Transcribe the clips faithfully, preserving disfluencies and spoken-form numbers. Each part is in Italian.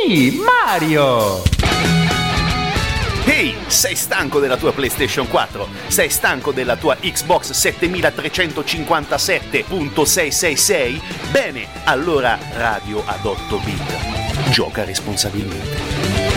me, Mario! Ehi, hey, sei stanco della tua PlayStation quattro? Sei stanco della tua Xbox setemilatrecentocinquantasette punto seicentosessantasei? Bene, allora Radio ad otto bit. Gioca responsabilmente.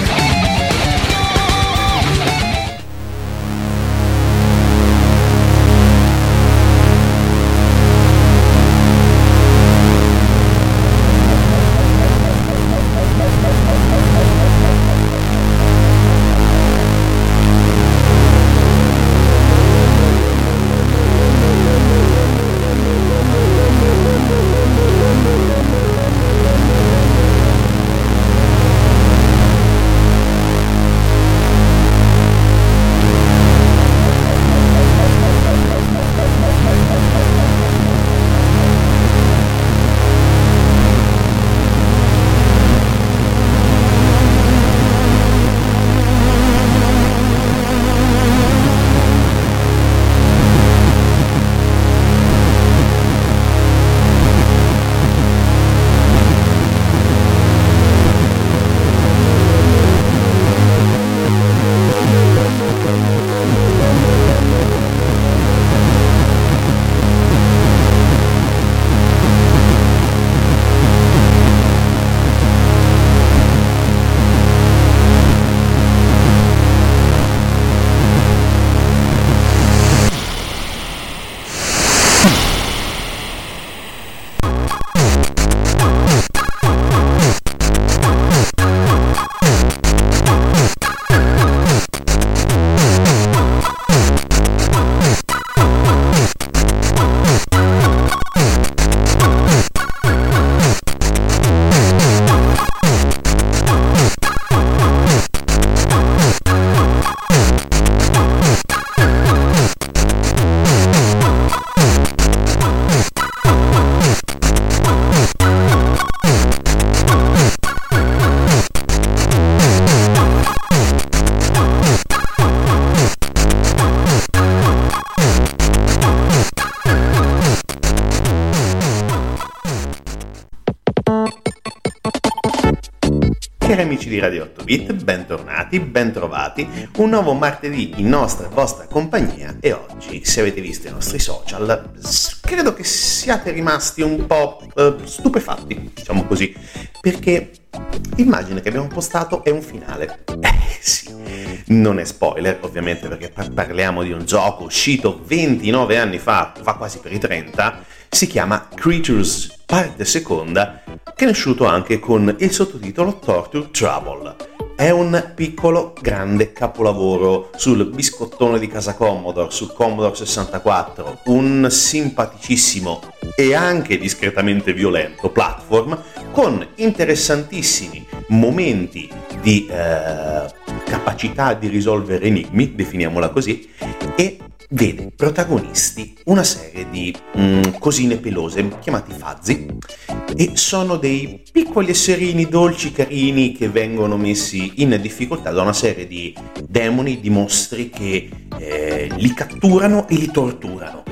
Cari amici di Radio otto bit, bentornati, bentrovati, un nuovo martedì in nostra vostra compagnia e oggi, se avete visto i nostri social, credo che siate rimasti un po' eh, stupefatti, diciamo così, perché l'immagine che abbiamo postato è un finale. Eh sì, non è spoiler ovviamente perché parliamo di un gioco uscito ventinove anni fa, fa quasi per i trenta, si chiama Creatures parte seconda, che è uscito anche con il sottotitolo Torture Trouble. È un piccolo grande capolavoro sul biscottone di casa Commodore, sul Commodore sessantaquattro, un simpaticissimo e anche discretamente violento platform con interessantissimi momenti di eh, capacità di risolvere enigmi, definiamola così, e vede protagonisti una serie di mm, cosine pelose chiamati fuzzy, e sono dei piccoli esserini dolci carini che vengono messi in difficoltà da una serie di demoni, di mostri che eh, li catturano e li torturano.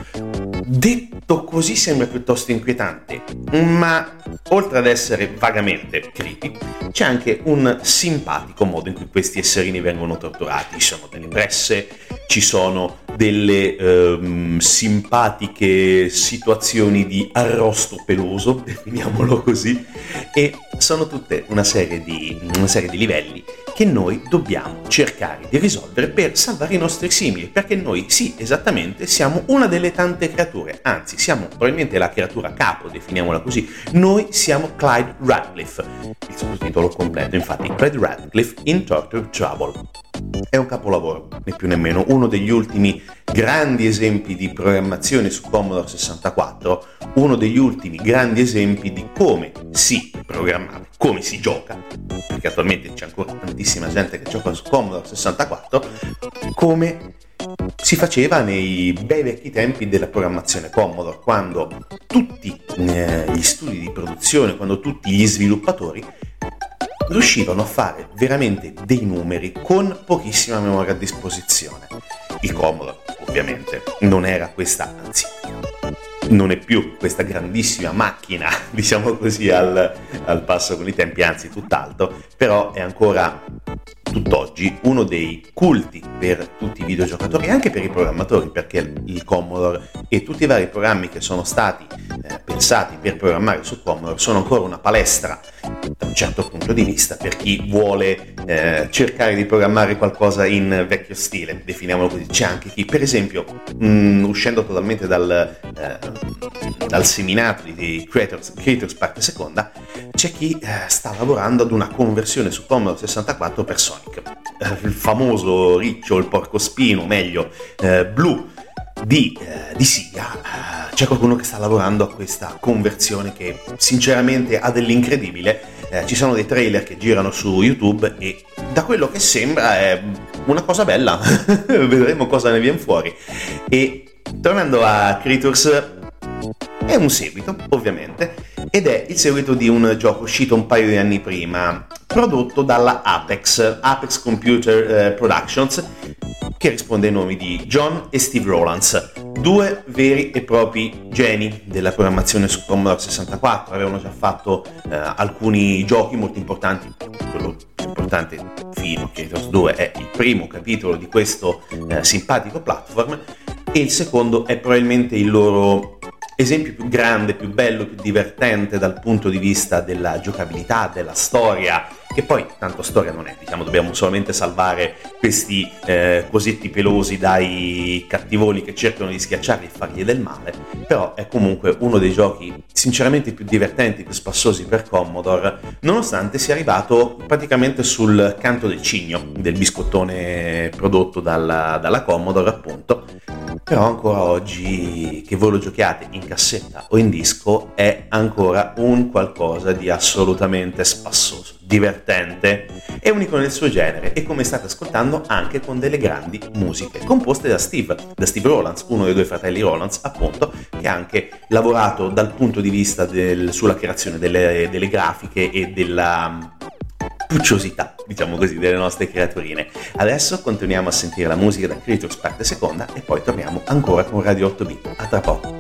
Detto così sembra piuttosto inquietante, ma oltre ad essere vagamente creepy, c'è anche un simpatico modo in cui questi esserini vengono torturati. Ci sono delle presse, ci sono delle ehm, simpatiche situazioni di arrosto peloso, definiamolo così, e sono tutte una serie di, una serie di livelli che noi dobbiamo cercare di risolvere per salvare i nostri simili, perché noi, sì, esattamente, siamo una delle tante creature, anzi, siamo probabilmente la creatura capo, definiamola così. Noi siamo Clyde Radcliffe, il sottotitolo completo, infatti, Clyde Radcliffe in Torture Trouble. È un capolavoro, né più né meno, uno degli ultimi grandi esempi di programmazione su Commodore sessantaquattro, uno degli ultimi grandi esempi di come si programma, come si gioca, perché attualmente c'è ancora tantissima gente che gioca su Commodore sessantaquattro, come si faceva nei bei vecchi tempi della programmazione Commodore, quando tutti eh, gli studi di produzione, quando tutti gli sviluppatori riuscivano a fare veramente dei numeri con pochissima memoria a disposizione. Il Commodore, ovviamente, non era questa, anzi, non è più questa grandissima macchina, diciamo così, al, al passo con i tempi, anzi tutt'altro, però è ancora tutt'oggi uno dei culti per tutti i videogiocatori e anche per i programmatori, perché il Commodore e tutti i vari programmi che sono stati eh, pensati per programmare su Commodore sono ancora una palestra da un certo punto di vista per chi vuole eh, cercare di programmare qualcosa in vecchio stile, definiamolo così. C'è anche chi, per esempio, mh, uscendo totalmente dal, eh, dal seminato di Creators, Creators Parte Seconda, c'è chi eh, sta lavorando ad una conversione su Commodore sessantaquattro per Sonic, eh, il famoso riccio, il porcospino, meglio, eh, blu di, eh, di Sega. C'è qualcuno che sta lavorando a questa conversione che sinceramente ha dell'incredibile. Eh, ci sono dei trailer che girano su YouTube e da quello che sembra è una cosa bella. Vedremo cosa ne viene fuori. E tornando a Creators, è un seguito ovviamente, ed è il seguito di un gioco uscito un paio di anni prima, prodotto dalla Apex, Apex Computer eh, Productions, che risponde ai nomi di John e Steve Rowlands, due veri e propri geni della programmazione su Commodore sessantaquattro. Avevano già fatto eh, alcuni giochi molto importanti. Quello più importante, fino a Creators due, è il primo capitolo di questo eh, simpatico platform, e il secondo è probabilmente il loro esempio più grande, più bello, più divertente dal punto di vista della giocabilità, della storia, che poi tanto storia non è, diciamo, dobbiamo solamente salvare questi eh, cosetti pelosi dai cattivoni che cercano di schiacciarli e fargli del male, però è comunque uno dei giochi sinceramente più divertenti, più spassosi per Commodore, nonostante sia arrivato praticamente sul canto del cigno del biscottone prodotto dalla, dalla Commodore, appunto. Però ancora oggi, che voi lo giochiate in cassetta o in disco, è ancora un qualcosa di assolutamente spassoso, divertente e unico nel suo genere, e come state ascoltando anche con delle grandi musiche composte da Steve, da Steve Rowlands, uno dei due fratelli Rowlands, appunto, che ha anche lavorato dal punto di vista del, sulla creazione delle, delle grafiche e della pucciosità, diciamo così, delle nostre creaturine. Adesso continuiamo a sentire la musica da Creators Parte Seconda e poi torniamo ancora con Radio otto bit. A tra poco.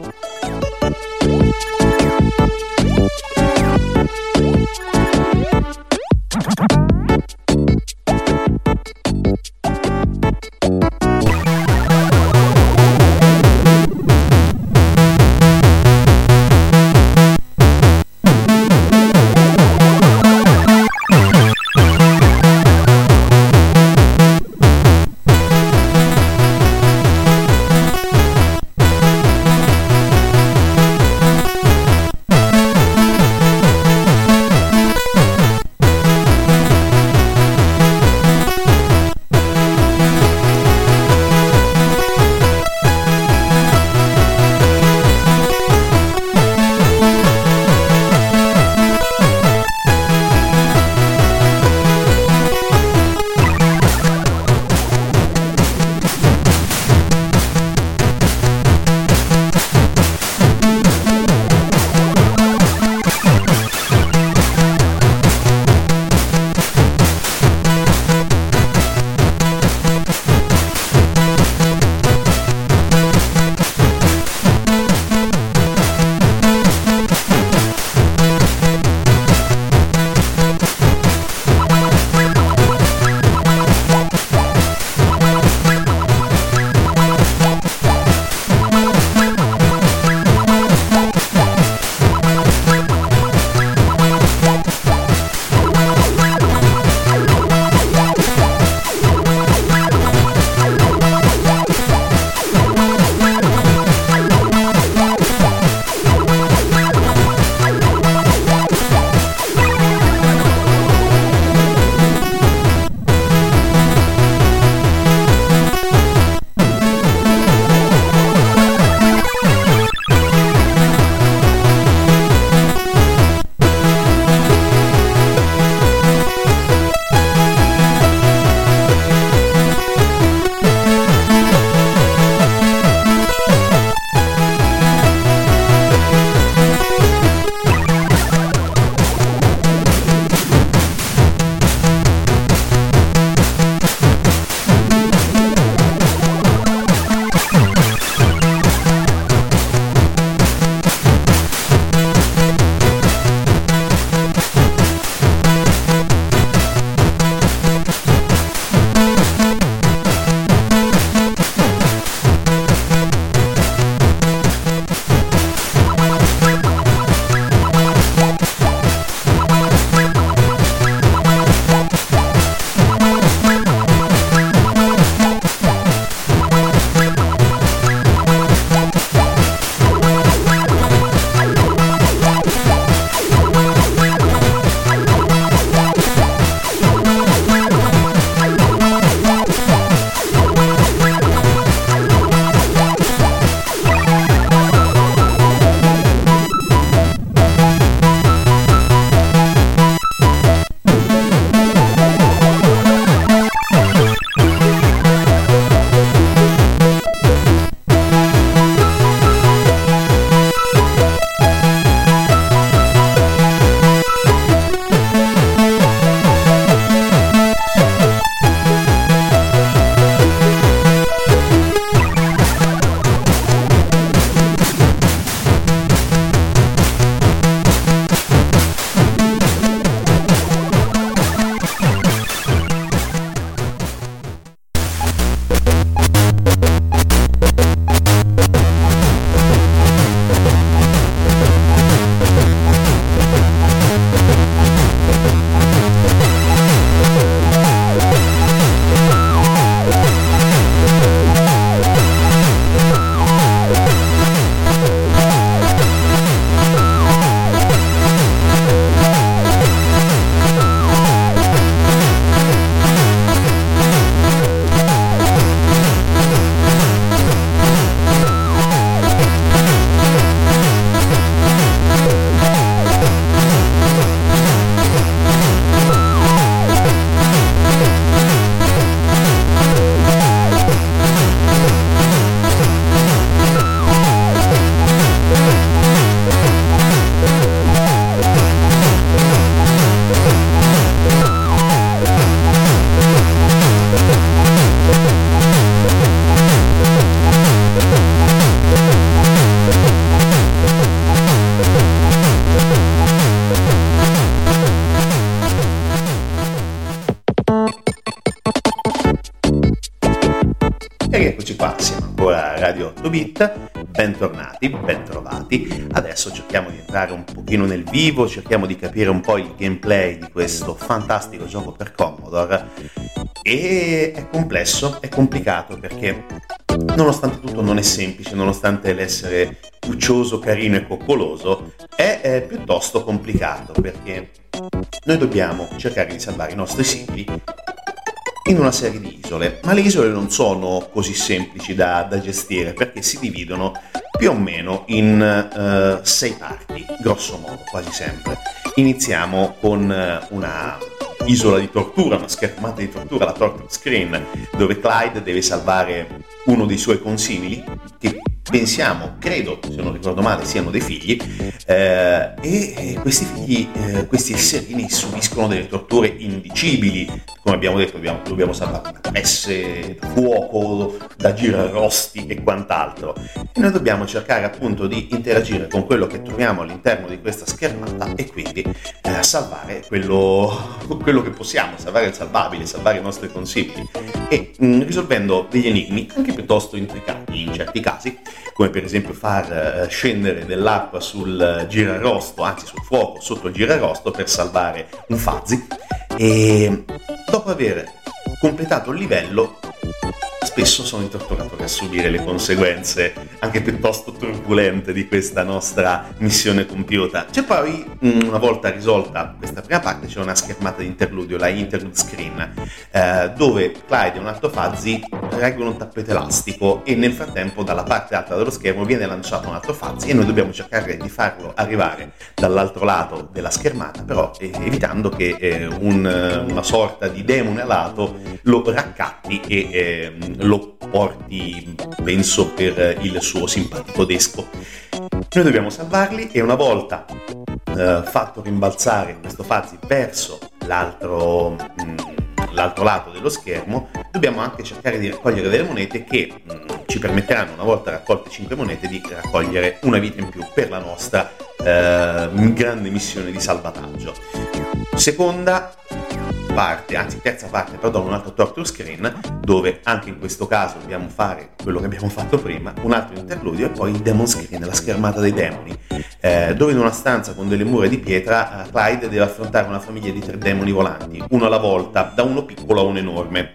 a Radio otto bit, bentornati, bentrovati. Adesso cerchiamo di entrare un pochino nel vivo, cerchiamo di capire un po' il gameplay di questo fantastico gioco per Commodore. E è complesso, è complicato perché nonostante tutto non è semplice, nonostante l'essere puccioso, carino e coccoloso, è, è piuttosto complicato perché noi dobbiamo cercare di salvare i nostri simili in una serie di isole, ma le isole non sono così semplici da, da gestire perché si dividono più o meno in uh, sei parti, grosso modo, quasi sempre. Iniziamo con uh, una isola di tortura, una schermata di tortura, la torture screen, dove Clyde deve salvare uno dei suoi consimili, che pensiamo, credo, se non ricordo male, siano dei figli, eh, e questi figli, eh, questi esserini subiscono delle torture indicibili. Come abbiamo detto, dobbiamo, dobbiamo salvare da presse, da fuoco, da girarrosti e quant'altro. E noi dobbiamo cercare appunto di interagire con quello che troviamo all'interno di questa schermata e quindi eh, salvare quello, quello che possiamo, salvare il salvabile, salvare i nostri consimili. E mh, risolvendo degli enigmi anche piuttosto intricati in certi casi, come per esempio far uh, scendere dell'acqua sul girarrosto, anzi sul fuoco sotto il girarrosto per salvare un Fuzzy. E dopo aver completato il livello, spesso sono i torturatori a subire le conseguenze anche piuttosto turbolente di questa nostra missione compiuta. C'è poi, una volta risolta questa prima parte, c'è una schermata di interludio, la interlude screen, eh, dove Clyde e un altro Fuzzy reggono un tappeto elastico e nel frattempo dalla parte alta dello schermo viene lanciato un altro Fuzzy e noi dobbiamo cercare di farlo arrivare dall'altro lato della schermata, però eh, evitando che eh, un, una sorta di demone alato lo raccatti e eh, lo porti, penso, per il suo simpatico desco. Noi dobbiamo salvarli e una volta eh, fatto rimbalzare questo Fuzzy verso l'altro, mh, l'altro lato dello schermo, dobbiamo anche cercare di raccogliere delle monete che mh, ci permetteranno, una volta raccolte cinque monete, di raccogliere una vita in più per la nostra eh, grande missione di salvataggio. Seconda parte, anzi terza parte, perdono, un altro torture screen, dove anche in questo caso dobbiamo fare quello che abbiamo fatto prima, un altro interludio e poi il demon screen, la schermata dei demoni, eh, dove in una stanza con delle mura di pietra Clyde deve affrontare una famiglia di tre demoni volanti, uno alla volta, da uno piccolo a uno enorme,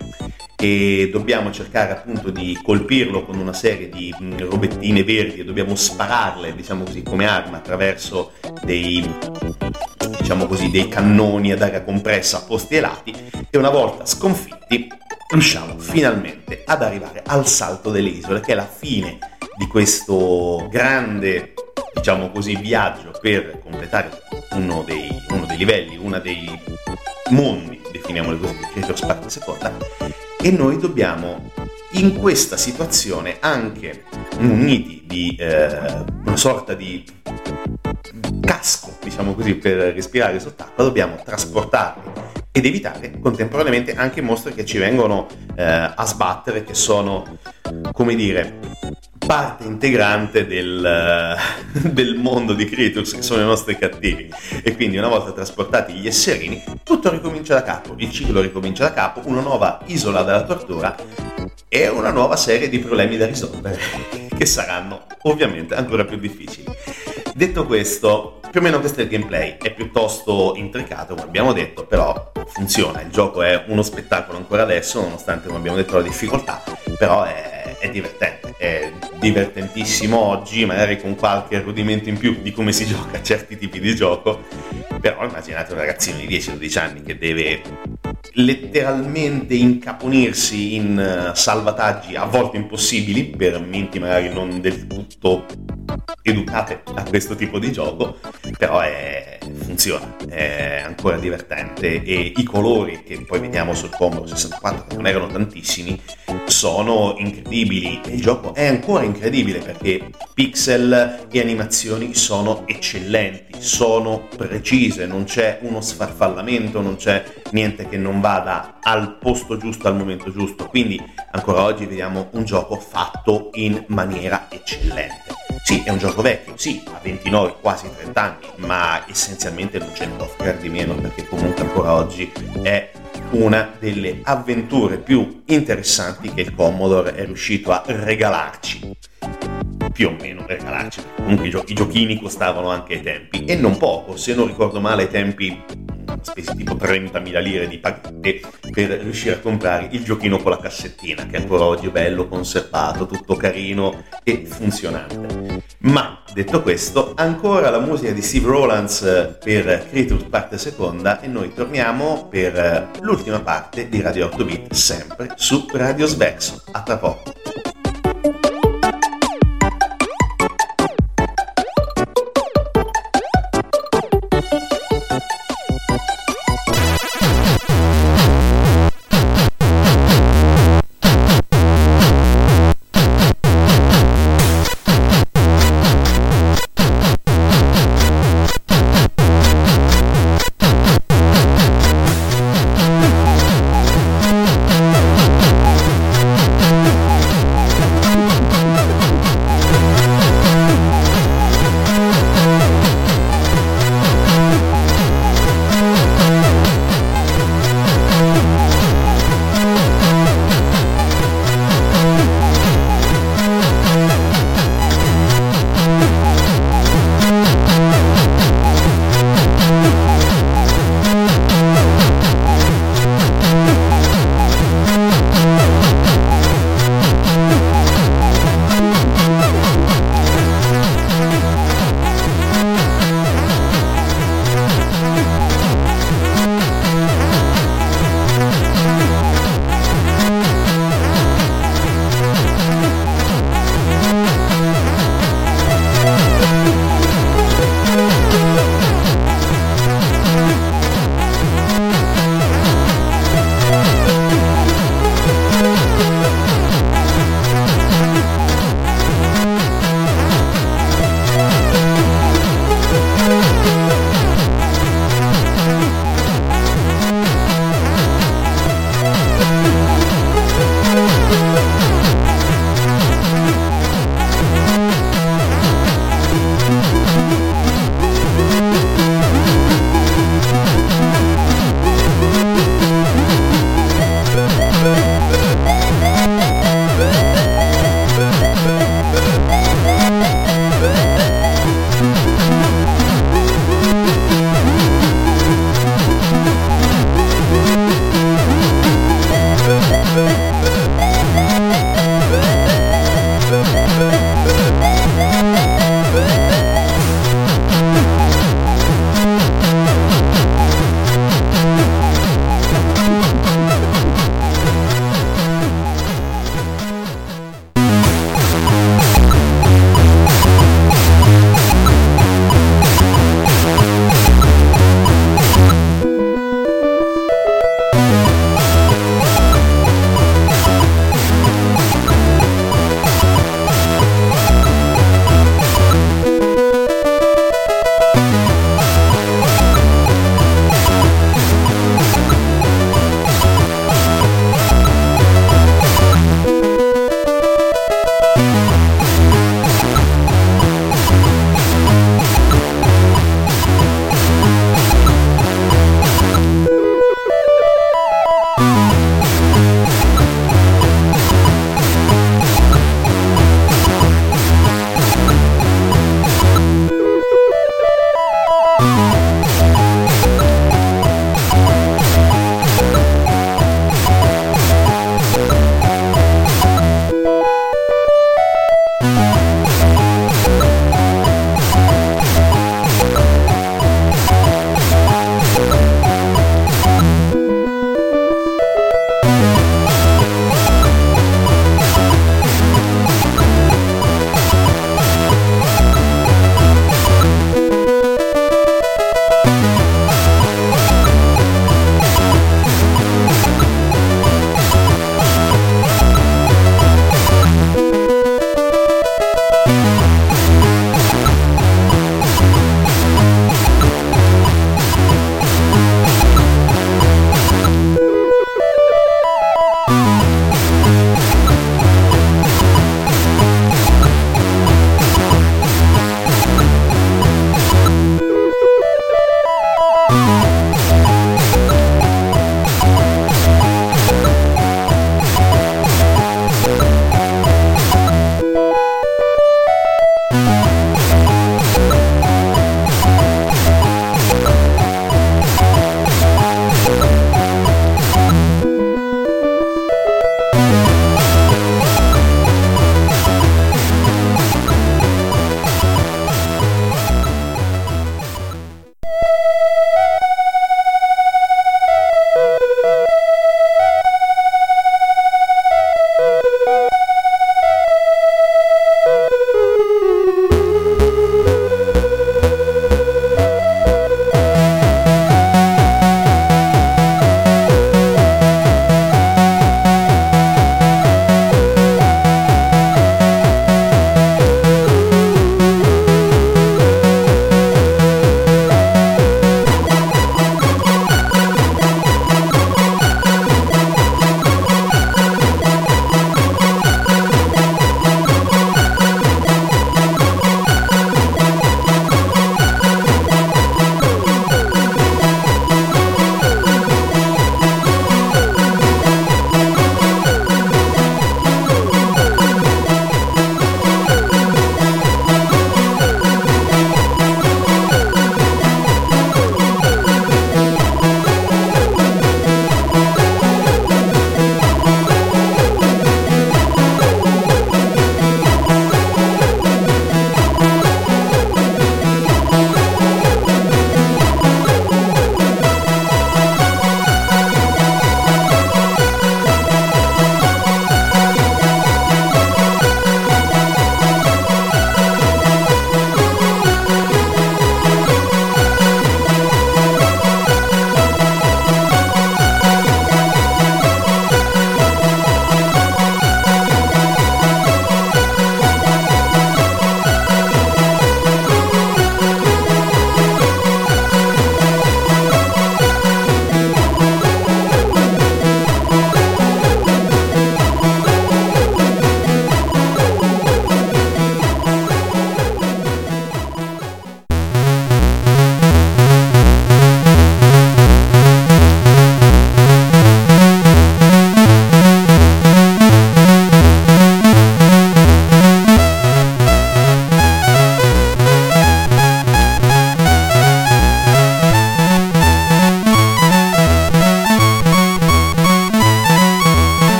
e dobbiamo cercare appunto di colpirlo con una serie di mh, robettine verdi e dobbiamo spararle, diciamo così, come arma attraverso dei, diciamo così, dei cannoni ad aria compressa posti ai lati, e una volta sconfitti riusciamo finalmente ad arrivare al salto delle isole, che è la fine di questo grande, diciamo così, viaggio per completare uno dei, uno dei livelli, uno dei mondi, definiamoli così, di Creatures Parte Seconda. E noi dobbiamo, in questa situazione, anche muniti di eh, una sorta di casco, diciamo così, per respirare sott'acqua, dobbiamo trasportarli ed evitare contemporaneamente anche mostri che ci vengono eh, a sbattere, che sono, come dire, parte integrante del, del mondo di Creatures, che sono i nostri cattivi. E quindi una volta trasportati gli esserini, tutto ricomincia da capo, il ciclo ricomincia da capo, una nuova isola della tortura e una nuova serie di problemi da risolvere, che saranno ovviamente ancora più difficili. Detto questo, più o meno questo è il gameplay, è piuttosto intricato, come abbiamo detto, però funziona, il gioco è uno spettacolo ancora adesso, nonostante, come abbiamo detto, la difficoltà, però è, è divertente, è divertentissimo oggi, magari con qualche rudimento in più di come si gioca a certi tipi di gioco, però immaginate un ragazzino di dieci dodici anni che deve letteralmente incaponirsi in salvataggi a volte impossibili per menti magari non del tutto educate a questo tipo di gioco, però è, funziona, è ancora divertente, e i colori che poi vediamo sul Commodore sessantaquattro, che non erano tantissimi, sono incredibili, e il gioco è ancora incredibile perché pixel e animazioni sono eccellenti, sono precise, non c'è uno sfarfallamento, non c'è niente che non vada al posto giusto al momento giusto, quindi ancora oggi vediamo un gioco fatto in maniera eccellente. Sì, è un gioco vecchio, sì, ha ventinove, quasi trenta anni, ma essenzialmente non c'è da offrire di meno, perché comunque ancora oggi è una delle avventure più interessanti che il Commodore è riuscito a regalarci. Più o meno regalarci, comunque i, gio- i giochini costavano anche ai tempi, e non poco, se non ricordo male ai tempi spesi tipo trentamila lire di paghette per riuscire a comprare il giochino con la cassettina, che ancora oggi è bello, conservato, tutto carino e funzionante. Ma detto questo, ancora la musica di Steve Rowlands per Creatures parte seconda, e noi torniamo per l'ultima parte di Radio otto bit, sempre su Radio Sverso. A tra poco.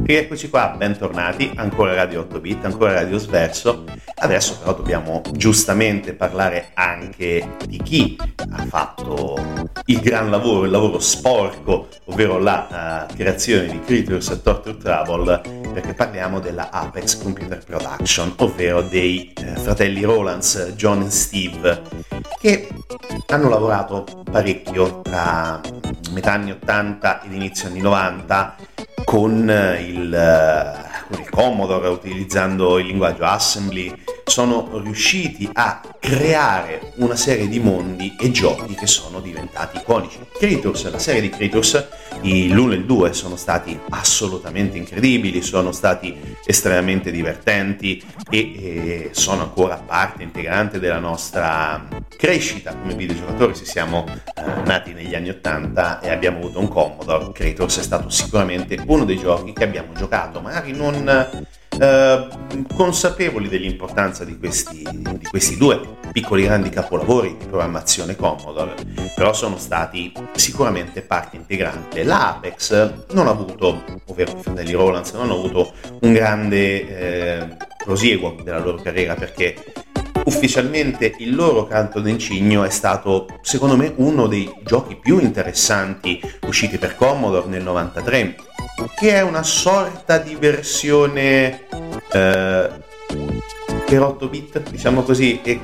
Rieccoci qua, bentornati, ancora Radio otto bit, ancora Radio Sverso. Adesso però dobbiamo giustamente parlare anche di chi ha fatto il gran lavoro, il lavoro sporco, ovvero la uh, creazione di Creatures Torture Trouble, perché parliamo della Apex Computer Production, ovvero dei uh, fratelli Rowlands, John e Steve, che hanno lavorato parecchio tra metà anni ottanta ed inizio anni novanta con il, con il Commodore, utilizzando il linguaggio Assembly. Sono riusciti a creare una serie di mondi e giochi che sono diventati iconici. Creatures, la serie di Creatures, l'uno e il due sono stati assolutamente incredibili, sono stati estremamente divertenti e, e sono ancora parte integrante della nostra crescita come videogiocatori. Se siamo eh, nati negli anni ottanta e abbiamo avuto un Commodore, Creatures è stato sicuramente uno dei giochi che abbiamo giocato, magari non eh, consapevoli dell'importanza di questi, di questi due piccoli grandi capolavori di programmazione Commodore, però sono stati sicuramente parte integrante. La Apex non ha avuto, ovvero i fratelli Rowlands, non hanno avuto un grande eh, prosieguo della loro carriera, perché ufficialmente il loro canto d'encigno è stato, secondo me, uno dei giochi più interessanti usciti per Commodore nel novantatré, che è una sorta di versione eh, per otto bit, diciamo così, e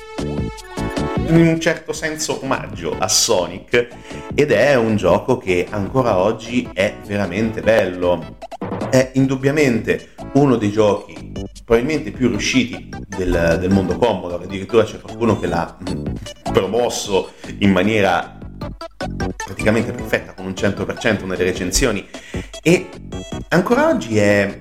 in un certo senso omaggio a Sonic, ed è un gioco che ancora oggi è veramente bello. È indubbiamente uno dei giochi probabilmente più riusciti del, del mondo Commodore, addirittura c'è qualcuno che l'ha promosso in maniera praticamente perfetta, con un cento per cento nelle recensioni, e ancora oggi è,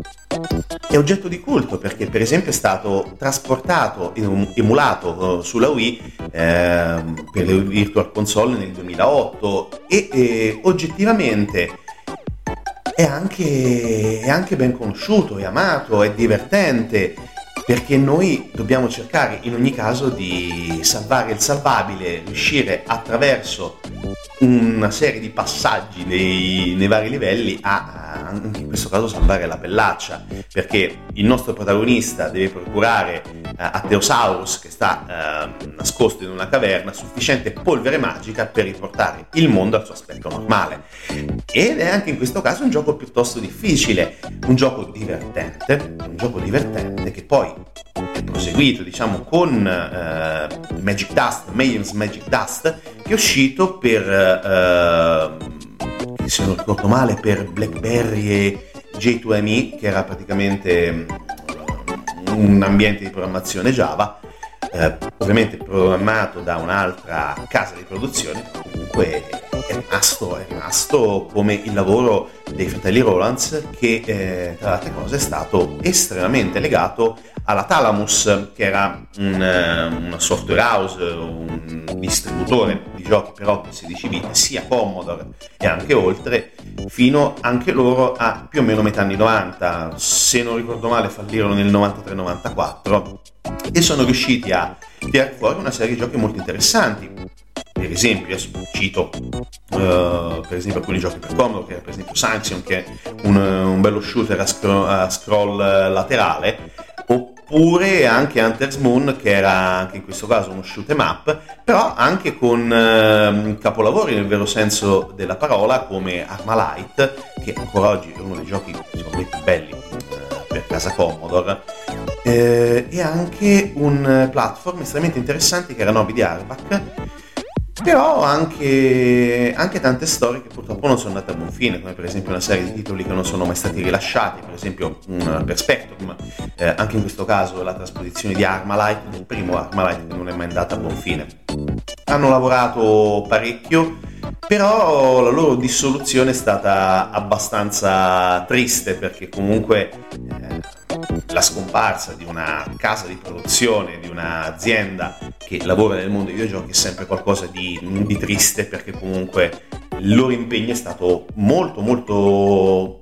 è oggetto di culto, perché per esempio è stato trasportato, emulato sulla Wii eh, per le Virtual Console nel duemilaotto e, e oggettivamente è anche, è anche ben conosciuto, è amato, è divertente, perché noi dobbiamo cercare in ogni caso di salvare il salvabile, riuscire attraverso una serie di passaggi nei, nei vari livelli a, anche in questo caso, salvare la pellaccia, perché il nostro protagonista deve procurare uh, a Theosaurus, che sta uh, nascosto in una caverna, sufficiente polvere magica per riportare il mondo al suo aspetto normale. Ed è anche in questo caso un gioco piuttosto difficile, un gioco divertente, un gioco divertente che poi è proseguito, diciamo, con uh, Magic Dust, Mayhem's Magic Dust, che è uscito per uh, se non ricordo male per BlackBerry e J due M E, che era praticamente un ambiente di programmazione Java, eh, ovviamente programmato da un'altra casa di produzione, ma comunque è rimasto, è rimasto come il lavoro dei fratelli Rowlands, che eh, tra le altre cose è stato estremamente legato alla Thalamus, che era un, una software house, un distributore di giochi per otto e sedici bit, sia Commodore e anche oltre, fino anche loro a più o meno metà anni novanta. Se non ricordo male fallirono nel novantatré novantaquattro e sono riusciti a tirare fuori una serie di giochi molto interessanti. Per esempio, cito uh, per esempio alcuni giochi per Commodore, che è per esempio Sanction, che è un, un bello shooter a, scro- a scroll laterale, oppure anche Hunter's Moon, che era anche in questo caso uno shoot 'em up, però anche con uh, capolavori nel vero senso della parola, come Armalite, che ancora oggi è uno dei giochi secondo me più belli uh, per casa Commodore, eh, e anche un platform estremamente interessante che era Novi di Arbak. Però anche, anche tante storie che purtroppo non sono andate a buon fine, come per esempio una serie di titoli che non sono mai stati rilasciati, per esempio um, per Spectrum, eh, anche in questo caso la trasposizione di Armalite, del primo Armalite, che non è mai andata a buon fine. Hanno lavorato parecchio, però la loro dissoluzione è stata abbastanza triste, perché comunque eh, la scomparsa di una casa di produzione, di un'azienda che lavora nel mondo dei videogiochi, è sempre qualcosa di, di triste, perché comunque il loro impegno è stato molto molto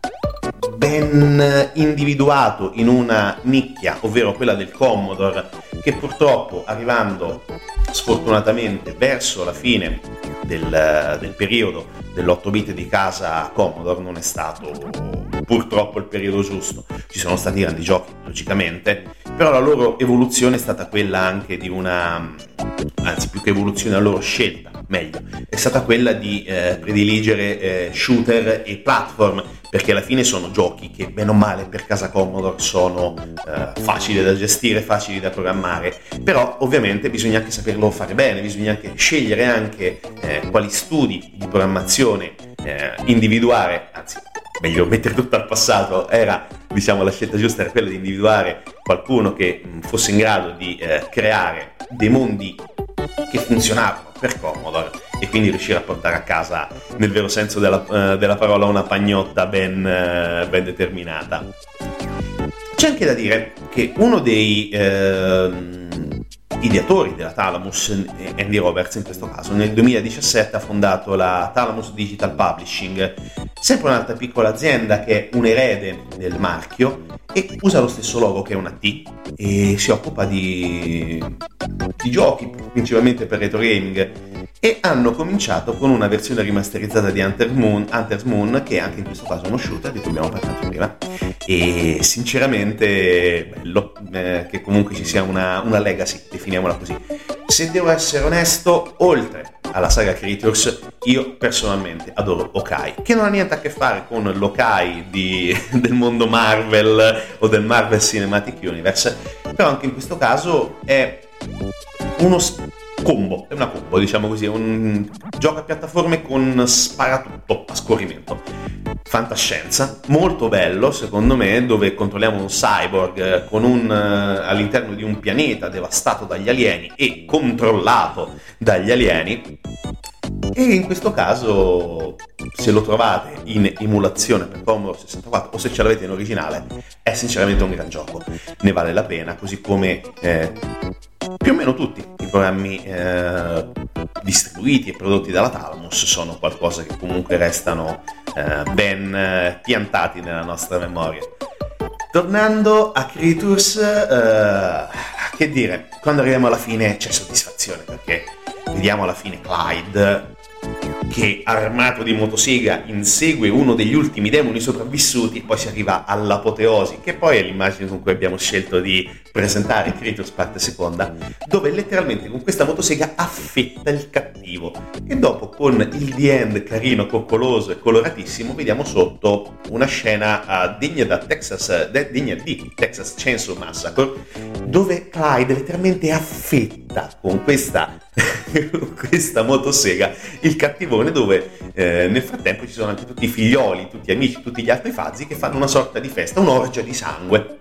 ben individuato in una nicchia, ovvero quella del Commodore, che purtroppo, arrivando sfortunatamente verso la fine del, del periodo dell'otto bit di casa Commodore, non è stato purtroppo il periodo giusto. Ci sono stati grandi giochi, logicamente, però la loro evoluzione è stata quella anche di una, anzi più che evoluzione, la loro scelta, meglio, è stata quella di eh, prediligere eh, shooter e platform, perché alla fine sono giochi che bene o male per casa Commodore sono eh, facili da gestire, facili da programmare, però ovviamente bisogna anche saperlo fare bene, bisogna anche scegliere anche eh, quali studi di programmazione eh, individuare, anzi meglio mettere tutto al passato, era diciamo la scelta giusta era quella di individuare qualcuno che mh, fosse in grado di eh, creare dei mondi che funzionavano per Commodore e quindi riuscire a portare a casa nel vero senso della, uh, della parola una pagnotta ben, uh, ben determinata. C'è anche da dire che uno dei uh, ideatori della Thalamus, Andy Roberts in questo caso, nel duemiladiciassette ha fondato la Thalamus Digital Publishing, sempre un'altra piccola azienda che è un erede del marchio e usa lo stesso logo che è una T e si occupa di, di giochi principalmente per retro gaming, e hanno cominciato con una versione rimasterizzata di Hunter Moon, Hunter's Moon, che anche in questo caso è uno shooter di cui abbiamo parlato prima, e sinceramente bello eh, che comunque ci sia una, una legacy, definiamola così. Se devo essere onesto, oltre alla saga Creatures, io personalmente adoro Okai, che non ha niente a che fare con l'Okai di, del mondo Marvel o del Marvel Cinematic Universe, però anche in questo caso è uno combo, è una combo, diciamo così, è un gioco a piattaforme con sparatutto a scorrimento. Fantascienza, molto bello secondo me, dove controlliamo un cyborg con un, uh, all'interno di un pianeta devastato dagli alieni e controllato dagli alieni, e in questo caso se lo trovate in emulazione per Commodore sessantaquattro o se ce l'avete in originale è sinceramente un gran gioco, ne vale la pena, così come eh, più o meno tutti i programmi eh, distribuiti e prodotti dalla Thalamus sono qualcosa che comunque restano eh, ben eh, piantati nella nostra memoria. Tornando a Creatures, eh, che dire, quando arriviamo alla fine c'è soddisfazione, perché vediamo alla fine Clyde che, armato di motosega, insegue uno degli ultimi demoni sopravvissuti, e poi si arriva all'apoteosi, che poi è l'immagine con cui abbiamo scelto di presentare Creatures parte seconda, dove letteralmente con questa motosega affetta il cattivo, e dopo con il The End carino, coccoloso e coloratissimo vediamo sotto una scena uh, degna da Texas de, degna di Texas Chainsaw Massacre, dove Clyde letteralmente affetta con questa questa motosega il cattivone, dove eh, nel frattempo ci sono anche tutti i figlioli, tutti gli amici, tutti gli altri fazzi che fanno una sorta di festa, un'orgia di sangue.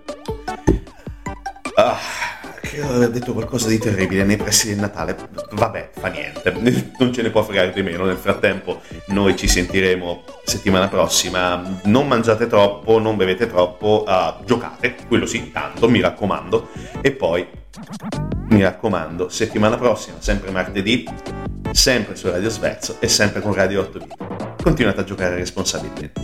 Ah, credo di aver detto qualcosa di terribile nei pressi del Natale, vabbè, fa niente, non ce ne può fregare di meno. Nel frattempo noi ci sentiremo settimana prossima, non mangiate troppo, non bevete troppo, uh, giocate, quello sì, tanto, mi raccomando, e poi mi raccomando, settimana prossima, sempre martedì, sempre su Radio Sverso e sempre con Radio otto bit. Continuate a giocare responsabilmente.